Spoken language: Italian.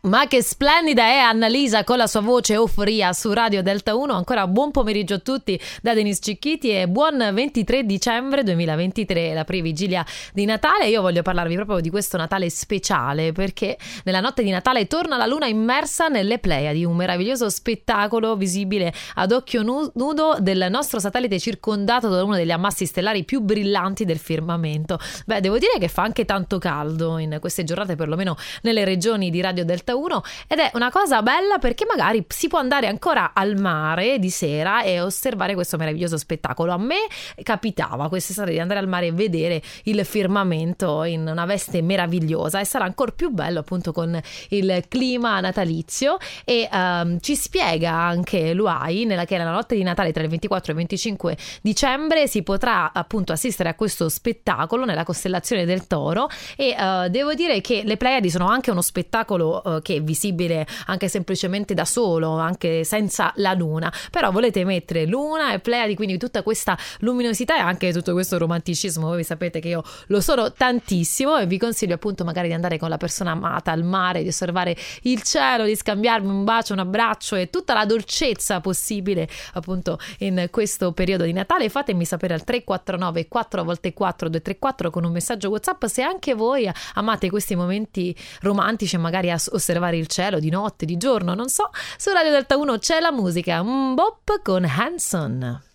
Ma che splendida è Annalisa con la sua voce euforia su Radio Delta 1. Ancora buon pomeriggio a tutti da Denise Cicchiti e buon 23 dicembre 2023, la pre-vigilia di Natale. Io voglio parlarvi proprio di questo Natale speciale, perché nella notte di Natale torna la luna immersa nelle Pleiadi, un meraviglioso spettacolo visibile ad occhio nudo del nostro satellite circondato da uno degli ammassi stellari più brillanti del firmamento. Beh, devo dire che fa anche tanto caldo in queste giornate, perlomeno nelle regioni di Radio Delta 1, ed è una cosa bella perché magari si può andare ancora al mare di sera e osservare questo meraviglioso spettacolo. A me capitava quest'estate di andare al mare e vedere il firmamento in una veste meravigliosa, e sarà ancora più bello appunto con il clima natalizio. E ci spiega anche l'UAI che nella notte di Natale tra il 24 e il 25 dicembre si potrà appunto assistere a questo spettacolo nella costellazione del Toro, e devo dire che le Pleiadi sono anche uno spettacolo che è visibile anche semplicemente da solo, anche senza la luna. Però volete mettere luna e Pleiadi, quindi tutta questa luminosità e anche tutto questo romanticismo. Voi sapete che io lo sono tantissimo e vi consiglio appunto magari di andare con la persona amata al mare, di osservare il cielo, di scambiarmi un bacio, un abbraccio e tutta la dolcezza possibile appunto in questo periodo di Natale. Fatemi sapere al 349 4x4 234 con un messaggio WhatsApp se anche voi amate questi momenti romantici, magari a osservare il cielo di notte, di giorno, non so. Su Radio Delta 1 c'è la musica, un bop con Hanson.